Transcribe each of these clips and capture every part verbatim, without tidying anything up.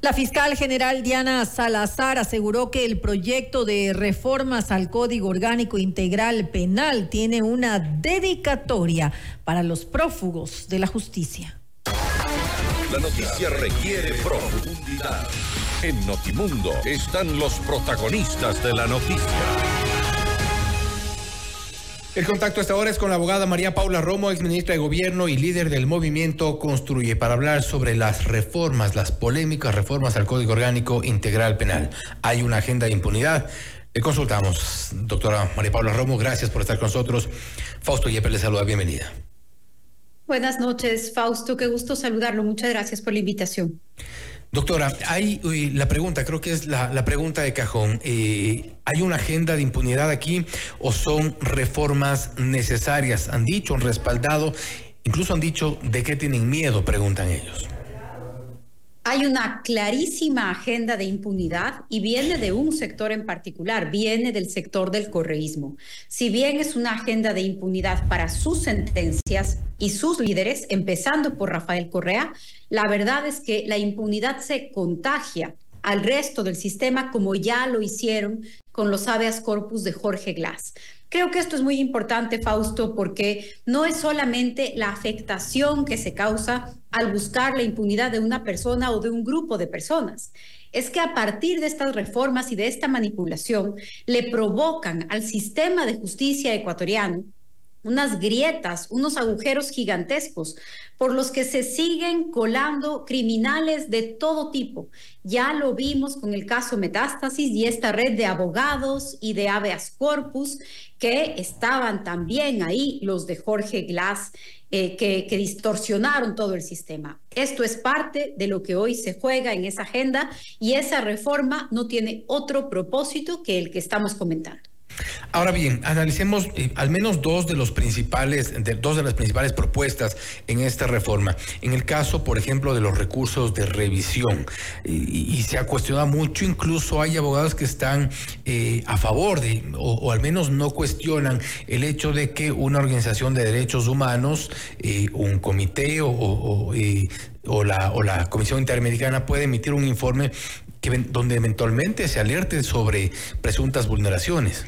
La fiscal general Diana Salazar aseguró que el proyecto de reformas al Código Orgánico Integral Penal tiene una dedicatoria para los prófugos de la justicia. La noticia requiere profundidad. En Notimundo están los protagonistas de la noticia. El contacto hasta ahora es con la abogada María Paula Romo, exministra de Gobierno y líder del movimiento Construye, para hablar sobre las reformas, las polémicas reformas al Código Orgánico Integral Penal. Hay una agenda de impunidad. Le consultamos, doctora María Paula Romo, gracias por estar con nosotros. Fausto Yepes le saluda, bienvenida. Buenas noches, Fausto, qué gusto saludarlo. Muchas gracias por la invitación. Doctora, hay uy, la pregunta, creo que es la, la pregunta de cajón. Eh, ¿Hay una agenda de impunidad aquí o son reformas necesarias? Han dicho, han respaldado, incluso han dicho de qué tienen miedo, preguntan ellos. Hay una clarísima agenda de impunidad y viene de un sector en particular, viene del sector del correísmo. Si bien es una agenda de impunidad para sus sentencias y sus líderes, empezando por Rafael Correa, la verdad es que la impunidad se contagia al resto del sistema, como ya lo hicieron con los habeas corpus de Jorge Glass. Creo que esto es muy importante, Fausto, porque no es solamente la afectación que se causa al buscar la impunidad de una persona o de un grupo de personas. Es que a partir de estas reformas y de esta manipulación le provocan al sistema de justicia ecuatoriano unas grietas, unos agujeros gigantescos por los que se siguen colando criminales de todo tipo. Ya lo vimos con el caso Metástasis y esta red de abogados y de habeas corpus que estaban también ahí, los de Jorge Glass, eh, que, que distorsionaron todo el sistema. Esto es parte de lo que hoy se juega en esa agenda y esa reforma no tiene otro propósito que el que estamos comentando. Ahora bien, analicemos eh, al menos dos de los principales, de, dos de las principales propuestas en esta reforma. En el caso, por ejemplo, de los recursos de revisión, y, y se ha cuestionado mucho, incluso hay abogados que están eh, a favor de, o, o al menos no cuestionan el hecho de que una organización de derechos humanos, eh, un comité o, o, eh, o, la, o la Comisión Interamericana puede emitir un informe que, donde eventualmente se alerte sobre presuntas vulneraciones.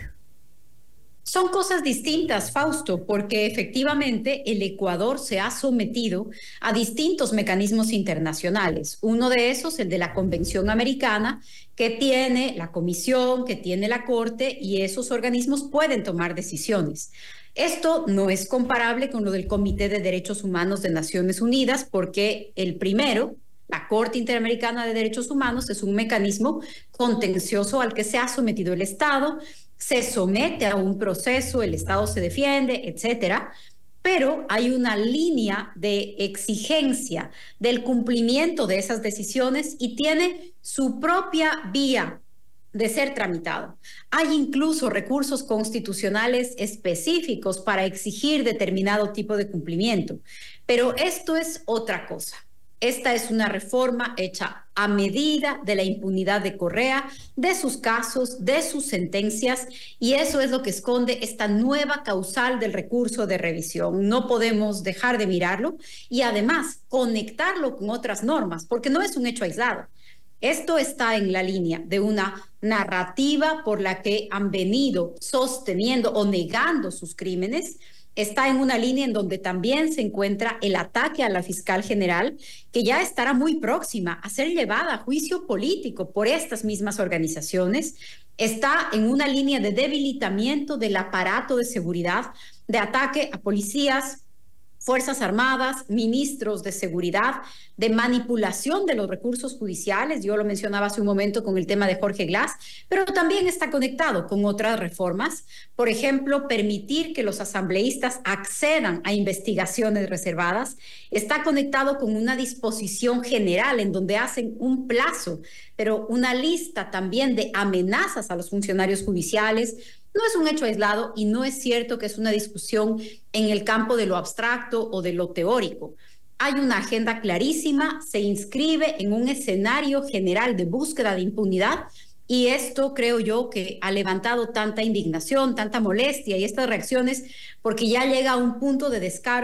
Son cosas distintas, Fausto, porque efectivamente el Ecuador se ha sometido a distintos mecanismos internacionales. Uno de esos, el de la Convención Americana, que tiene la Comisión, que tiene la Corte, y esos organismos pueden tomar decisiones. Esto no es comparable con lo del Comité de Derechos Humanos de Naciones Unidas, porque el primero, la Corte Interamericana de Derechos Humanos, es un mecanismo contencioso al que se ha sometido el Estado, se somete a un proceso, el Estado se defiende, etcétera, pero hay una línea de exigencia del cumplimiento de esas decisiones y tiene su propia vía de ser tramitado. Hay incluso recursos constitucionales específicos para exigir determinado tipo de cumplimiento, pero esto es otra cosa. Esta es una reforma hecha a medida de la impunidad de Correa, de sus casos, de sus sentencias, y eso es lo que esconde esta nueva causal del recurso de revisión. No podemos dejar de mirarlo y además conectarlo con otras normas, porque no es un hecho aislado. Esto está en la línea de una narrativa por la que han venido sosteniendo o negando sus crímenes. Está en una línea en donde también se encuentra el ataque a la fiscal general, que ya estará muy próxima a ser llevada a juicio político por estas mismas organizaciones. Está en una línea de debilitamiento del aparato de seguridad, de ataque a policías, Fuerzas Armadas, ministros de seguridad, de manipulación de los recursos judiciales. Yo lo mencionaba hace un momento con el tema de Jorge Glass, pero también está conectado con otras reformas. Por ejemplo, permitir que los asambleístas accedan a investigaciones reservadas. Está conectado con una disposición general en donde hacen un plazo, pero una lista también de amenazas a los funcionarios judiciales. No es un hecho aislado y no es cierto que es una discusión en el campo de lo abstracto o de lo teórico. Hay una agenda clarísima, se inscribe en un escenario general de búsqueda de impunidad y esto creo yo que ha levantado tanta indignación, tanta molestia y estas reacciones porque ya llega a un punto de descaro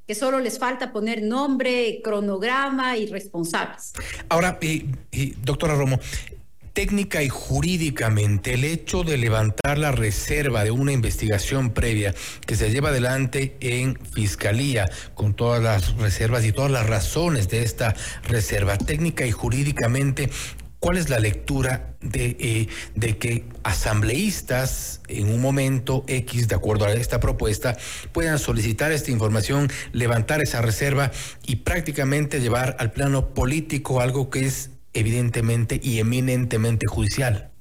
que solo les falta poner nombre, cronograma y responsables. Ahora, eh, eh, doctora Romo, técnica y jurídicamente, el hecho de levantar la reserva de una investigación previa que se lleva adelante en Fiscalía, con todas las reservas y todas las razones de esta reserva, técnica y jurídicamente, ¿cuál es la lectura de, eh, de que asambleístas en un momento X, de acuerdo a esta propuesta, puedan solicitar esta información, levantar esa reserva y prácticamente llevar al plano político algo que es evidentemente y eminentemente judicial?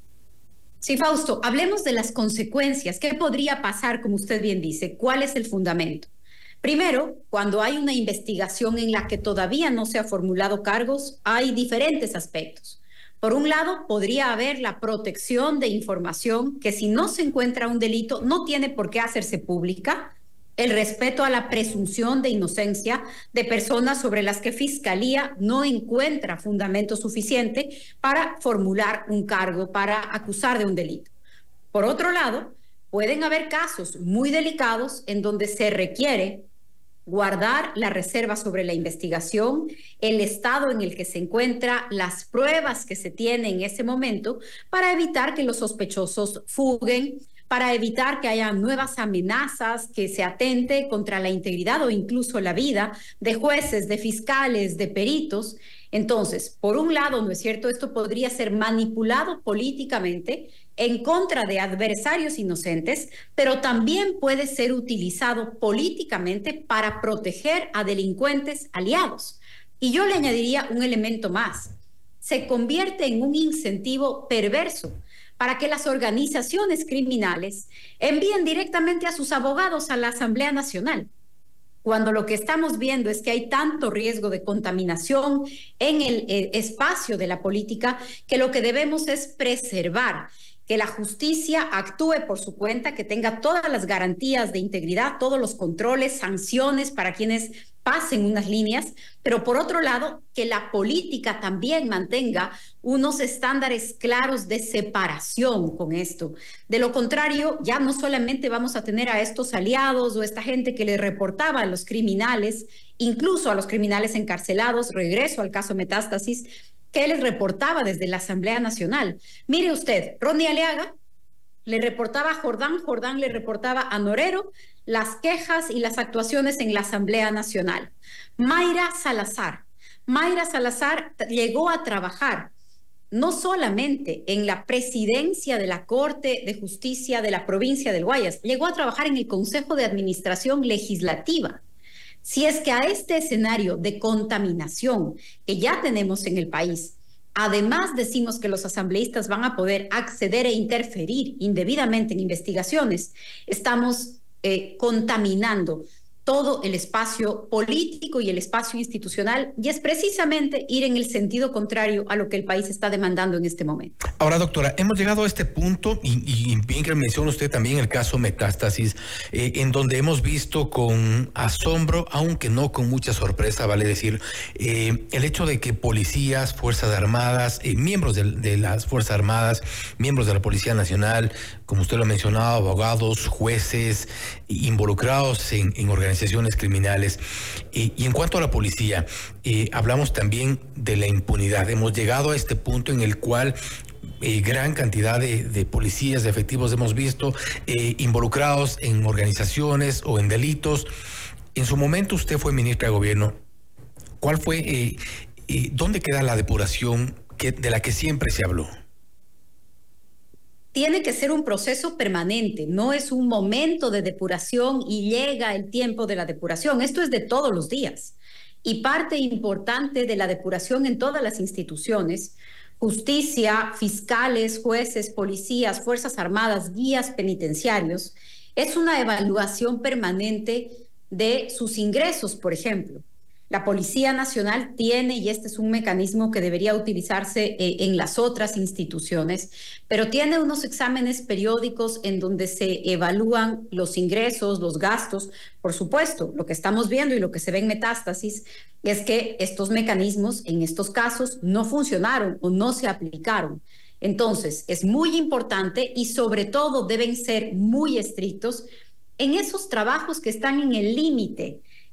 Sí, Fausto, hablemos de las consecuencias. ¿Qué podría pasar, como usted bien dice? ¿Cuál es el fundamento? Primero, cuando hay una investigación en la que todavía no se han formulado cargos, hay diferentes aspectos. Por un lado, podría haber la protección de información que, si no se encuentra un delito, no tiene por qué hacerse pública. El respeto a la presunción de inocencia de personas sobre las que Fiscalía no encuentra fundamento suficiente para formular un cargo, para acusar de un delito. Por otro lado, pueden haber casos muy delicados en donde se requiere guardar la reserva sobre la investigación, el estado en el que se encuentra, las pruebas que se tienen en ese momento, para evitar que los sospechosos fuguen, para evitar que haya nuevas amenazas, que se atente contra la integridad o incluso la vida de jueces, de fiscales, de peritos. Entonces, por un lado, ¿no es cierto?, esto podría ser manipulado políticamente en contra de adversarios inocentes, pero también puede ser utilizado políticamente para proteger a delincuentes aliados. Y yo le añadiría un elemento más. Se convierte en un incentivo perverso para que las organizaciones criminales envíen directamente a sus abogados a la Asamblea Nacional, cuando lo que estamos viendo es que hay tanto riesgo de contaminación en el eh, espacio de la política, que lo que debemos es preservar, que la justicia actúe por su cuenta, que tenga todas las garantías de integridad, todos los controles, sanciones para quienes pasen unas líneas, pero por otro lado, que la política también mantenga unos estándares claros de separación con esto. De lo contrario, ya no solamente vamos a tener a estos aliados o esta gente que le reportaba a los criminales, incluso a los criminales encarcelados, regreso al caso Metástasis, que les reportaba desde la Asamblea Nacional. Mire usted, Ronnie Aliaga le reportaba a Jordán, Jordán le reportaba a Norero las quejas y las actuaciones en la Asamblea Nacional. Mayra Salazar. Mayra Salazar llegó a trabajar no solamente en la presidencia de la Corte de Justicia de la provincia del Guayas, llegó a trabajar en el Consejo de Administración Legislativa. Si es que a este escenario de contaminación que ya tenemos en el país, además decimos que los asambleístas van a poder acceder e interferir indebidamente en investigaciones, estamos eh, contaminando todo el espacio político y el espacio institucional, y es precisamente ir en el sentido contrario a lo que el país está demandando en este momento. Ahora, doctora, hemos llegado a este punto, y, y bien que menciona usted también el caso Metástasis, eh, en donde hemos visto con asombro, aunque no con mucha sorpresa, vale decir, eh, el hecho de que policías, Fuerzas Armadas, eh, miembros de, de las Fuerzas Armadas, miembros de la Policía Nacional, como usted lo ha mencionado, abogados, jueces, involucrados en, en organizaciones criminales. Eh, y en cuanto a la policía, eh, hablamos también de la impunidad. Hemos llegado a este punto en el cual eh, gran cantidad de, de policías, de efectivos hemos visto eh, involucrados en organizaciones o en delitos. En su momento usted fue ministra de Gobierno. ¿Cuál fue, eh, eh, dónde queda la depuración que, de la que siempre se habló? Tiene que ser un proceso permanente, no es un momento de depuración y llega el tiempo de la depuración. Esto es de todos los días. Y parte importante de la depuración en todas las instituciones, justicia, fiscales, jueces, policías, Fuerzas Armadas, guías penitenciarios, es una evaluación permanente de sus ingresos, por ejemplo. La Policía Nacional tiene, y este es un mecanismo que debería utilizarse eh, en las otras instituciones, pero tiene unos exámenes periódicos en donde se evalúan los ingresos, los gastos. Por supuesto, lo que estamos viendo y lo que se ve en Metástasis es que estos mecanismos en estos casos no funcionaron o no se aplicaron. Entonces, es muy importante y sobre todo deben ser muy estrictos en esos trabajos que están en el límite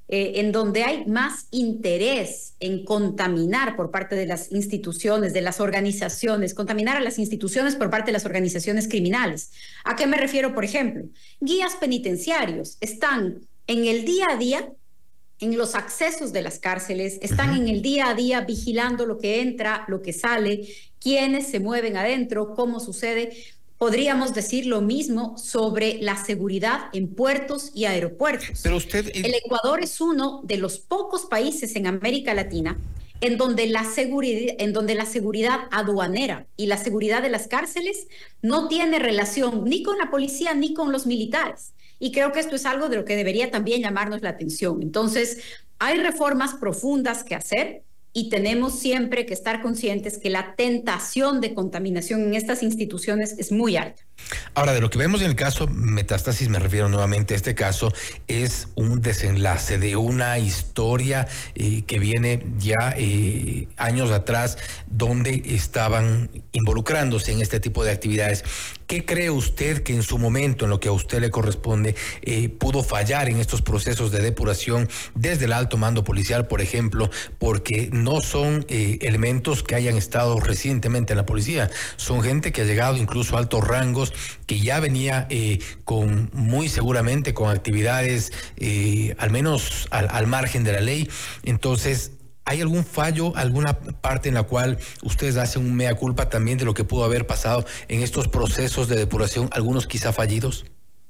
eh, en donde hay más interés en contaminar por parte de las instituciones, de las organizaciones, contaminar a las instituciones por parte de las organizaciones criminales. ¿A qué me refiero, por ejemplo? Guías penitenciarios están en el día a día, en los accesos de las cárceles, están uh-huh. en el día a día vigilando lo que entra, lo que sale, quiénes se mueven adentro, cómo sucede. Podríamos decir lo mismo sobre la seguridad en puertos y aeropuertos. Pero usted... El Ecuador es uno de los pocos países en América Latina en donde la seguridad, en donde la seguridad aduanera y la seguridad de las cárceles no tiene relación ni con la policía ni con los militares. Y creo que esto es algo de lo que debería también llamarnos la atención. Entonces, hay reformas profundas que hacer y tenemos siempre que estar conscientes que la tentación de contaminación en estas instituciones es muy alta. Ahora, de lo que vemos en el caso Metástasis, me refiero nuevamente a este caso, es un desenlace de una historia eh, que viene ya eh, años atrás, donde estaban involucrándose en este tipo de actividades. ¿Qué cree usted que en su momento, en lo que a usted le corresponde, eh, pudo fallar en estos procesos de depuración desde el alto mando policial, por ejemplo, porque no son eh, elementos que hayan estado recientemente en la policía, son gente que ha llegado incluso a altos rangos, que ya venía eh, con muy seguramente con actividades eh, al menos al, al margen de la ley? Entonces, ¿hay algún fallo, alguna parte en la cual ustedes hacen un mea culpa también de lo que pudo haber pasado en estos procesos de depuración, algunos quizá fallidos?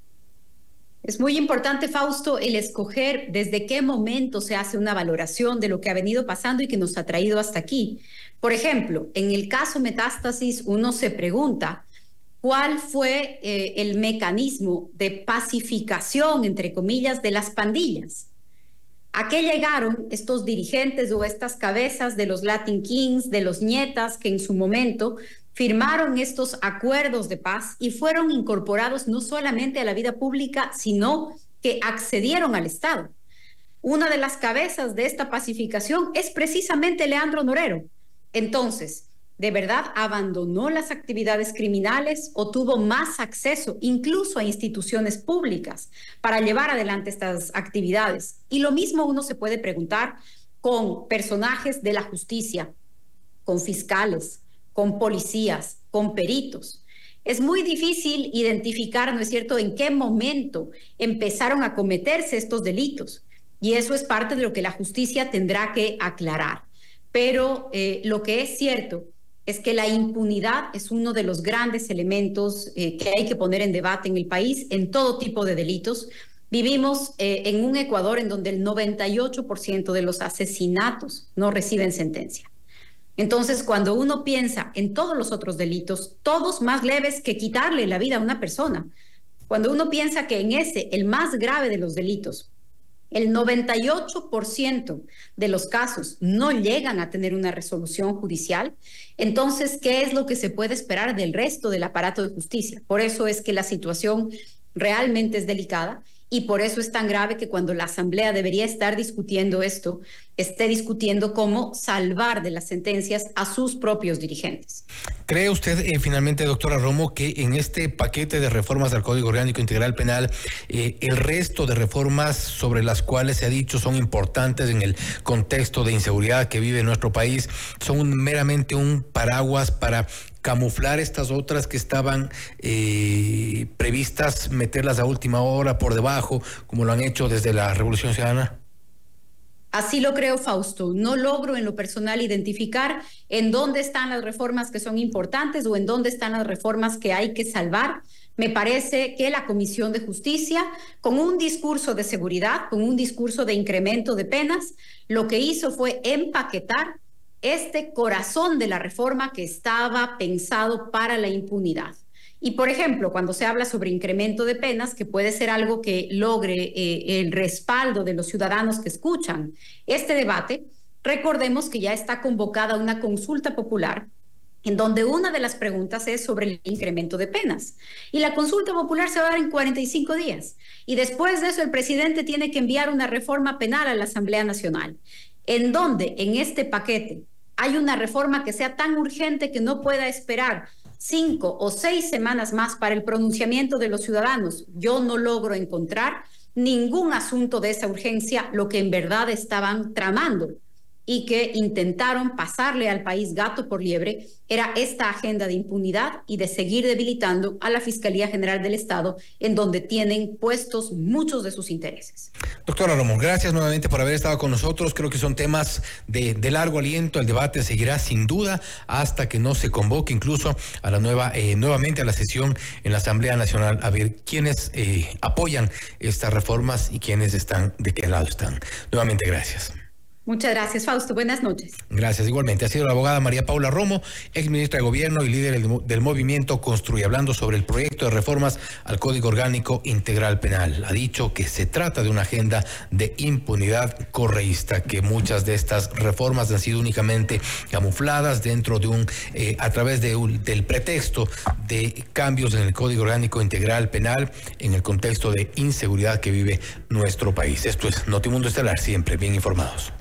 Es muy importante, Fausto, el escoger desde qué momento se hace una valoración de lo que ha venido pasando y que nos ha traído hasta aquí. Por ejemplo, en el caso Metástasis, uno se pregunta cuál fue eh, el mecanismo de pacificación, entre comillas, de las pandillas. ¿A qué llegaron estos dirigentes o estas cabezas de los Latin Kings, de los Nietas, que en su momento firmaron estos acuerdos de paz y fueron incorporados no solamente a la vida pública, sino que accedieron al Estado? Una de las cabezas de esta pacificación es precisamente Leandro Norero. Entonces, ¿de verdad abandonó las actividades criminales o tuvo más acceso incluso a instituciones públicas para llevar adelante estas actividades? Y lo mismo uno se puede preguntar con personajes de la justicia, con fiscales, con policías, con peritos. Es muy difícil identificar, ¿no es cierto?, en qué momento empezaron a cometerse estos delitos. Y eso es parte de lo que la justicia tendrá que aclarar. Pero eh, lo que es cierto es que la impunidad es uno de los grandes elementos eh, que hay que poner en debate en el país en todo tipo de delitos. Vivimos eh, en un Ecuador en donde el noventa y ocho por ciento de los asesinatos no reciben sentencia. Entonces, cuando uno piensa en todos los otros delitos, todos más leves que quitarle la vida a una persona, cuando uno piensa que en ese, el más grave de los delitos, el noventa y ocho por ciento de los casos no llegan a tener una resolución judicial, entonces, ¿qué es lo que se puede esperar del resto del aparato de justicia? Por eso es que la situación realmente es delicada y por eso es tan grave que cuando la Asamblea debería estar discutiendo esto, esté discutiendo cómo salvar de las sentencias a sus propios dirigentes. ¿Cree usted eh, finalmente, doctora Romo, que en este paquete de reformas al Código Orgánico Integral Penal, eh, el resto de reformas sobre las cuales se ha dicho son importantes en el contexto de inseguridad que vive nuestro país, son un, meramente un paraguas para camuflar estas otras que estaban eh, previstas, meterlas a última hora por debajo, como lo han hecho desde la Revolución Ciudadana? Así lo creo, Fausto. No logro en lo personal identificar en dónde están las reformas que son importantes o en dónde están las reformas que hay que salvar. Me parece que la Comisión de Justicia, con un discurso de seguridad, con un discurso de incremento de penas, lo que hizo fue empaquetar este corazón de la reforma que estaba pensado para la impunidad. Y, por ejemplo, cuando se habla sobre incremento de penas, que puede ser algo que logre eh, el respaldo de los ciudadanos que escuchan este debate, recordemos que ya está convocada una consulta popular en donde una de las preguntas es sobre el incremento de penas. Y la consulta popular se va a dar en cuarenta y cinco días. Y después de eso, el presidente tiene que enviar una reforma penal a la Asamblea Nacional, en donde en este paquete hay una reforma que sea tan urgente que no pueda esperar cinco o seis semanas más para el pronunciamiento de los ciudadanos. Yo no logro encontrar ningún asunto de esa urgencia lo que en verdad estaban tramando y que intentaron pasarle al país gato por liebre era esta agenda de impunidad y de seguir debilitando a la Fiscalía General del Estado, en donde tienen puestos muchos de sus intereses. Doctora Romo, gracias nuevamente por haber estado con nosotros. Creo que son temas de, de largo aliento. El debate seguirá sin duda hasta que no se convoque incluso a la nueva, eh, nuevamente a la sesión en la Asamblea Nacional, a ver quiénes eh, apoyan estas reformas y quiénes están, de qué lado están. Nuevamente, gracias. Muchas gracias, Fausto. Buenas noches. Gracias, igualmente. Ha sido la abogada María Paula Romo, ex ministra de Gobierno y líder del, del movimiento Construye, hablando sobre el proyecto de reformas al Código Orgánico Integral Penal. Ha dicho que se trata de una agenda de impunidad correísta, que muchas de estas reformas han sido únicamente camufladas dentro de un, eh, a través de un, del pretexto de cambios en el Código Orgánico Integral Penal en el contexto de inseguridad que vive nuestro país. Esto es Notimundo Estelar, siempre bien informados.